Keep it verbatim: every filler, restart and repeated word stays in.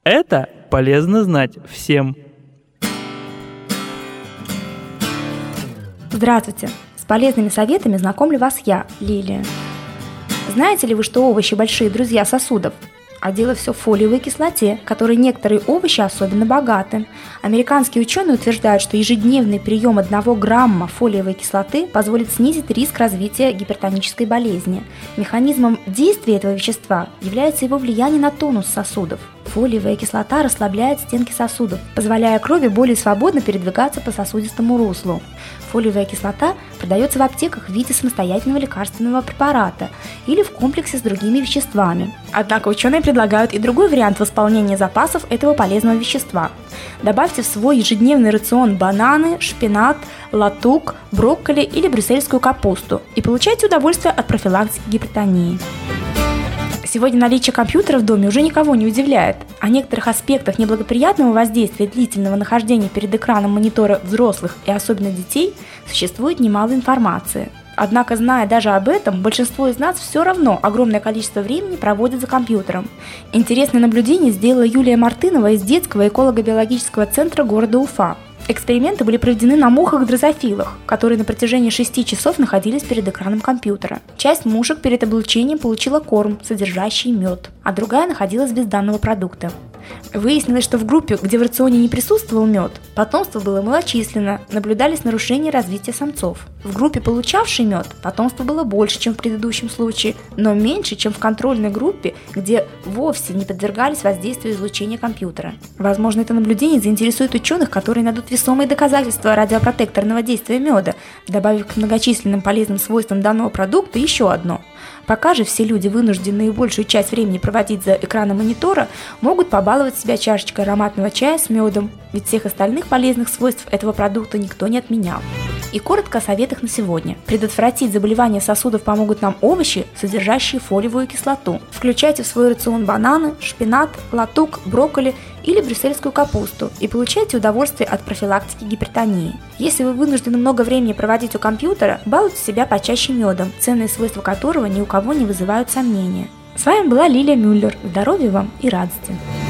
Это полезно знать всем. Здравствуйте! С полезными советами знакомлю вас я, Лилия. Знаете ли вы, что овощи – большие друзья сосудов? А дело все в фолиевой кислоте, которой некоторые овощи особенно богаты. Американские ученые утверждают, что ежедневный прием одного грамма фолиевой кислоты позволит снизить риск развития гипертонической болезни. Механизмом действия этого вещества является его влияние на тонус сосудов. Фолиевая кислота расслабляет стенки сосудов, позволяя крови более свободно передвигаться по сосудистому руслу. Фолиевая кислота продается в аптеках в виде самостоятельного лекарственного препарата или в комплексе с другими веществами. Однако ученые предлагают и другой вариант восполнения запасов этого полезного вещества. Добавьте в свой ежедневный рацион бананы, шпинат, латук, брокколи или брюссельскую капусту и получайте удовольствие от профилактики гипертонии. Сегодня наличие компьютера в доме уже никого не удивляет. О некоторых аспектах неблагоприятного воздействия длительного нахождения перед экраном монитора взрослых и особенно детей существует немало информации. Однако, зная даже об этом, большинство из нас все равно огромное количество времени проводит за компьютером. Интересное наблюдение сделала Юлия Мартынова из детского эколого-биологического центра города Уфа. Эксперименты были проведены на мухах-дрозофилах, которые на протяжении шести часов находились перед экраном компьютера. Часть мушек перед облучением получила корм, содержащий мед, а другая находилась без данного продукта. Выяснилось, что в группе, где в рационе не присутствовал мед, потомство было малочисленно, наблюдались нарушения развития самцов. В группе, получавшей мед, потомство было больше, чем в предыдущем случае, но меньше, чем в контрольной группе, где вовсе не подвергались воздействию излучения компьютера. Возможно, это наблюдение заинтересует ученых, которые найдут весомые доказательства радиопротекторного действия меда, добавив к многочисленным полезным свойствам данного продукта еще одно. Пока же все люди, вынужденные большую часть времени проводить за экраном монитора, могут побаловать себя чашечкой ароматного чая с медом, ведь всех остальных полезных свойств этого продукта никто не отменял. И коротко о советах на сегодня. Предотвратить заболевания сосудов помогут нам овощи, содержащие фолиевую кислоту. Включайте в свой рацион бананы, шпинат, латук, брокколи или брюссельскую капусту и получайте удовольствие от профилактики гипертонии. Если вы вынуждены много времени проводить у компьютера, балуйте себя почаще медом, ценные свойства которого ни у кого не вызывают сомнения. С вами была Лилия Мюллер. Здоровья вам и радости!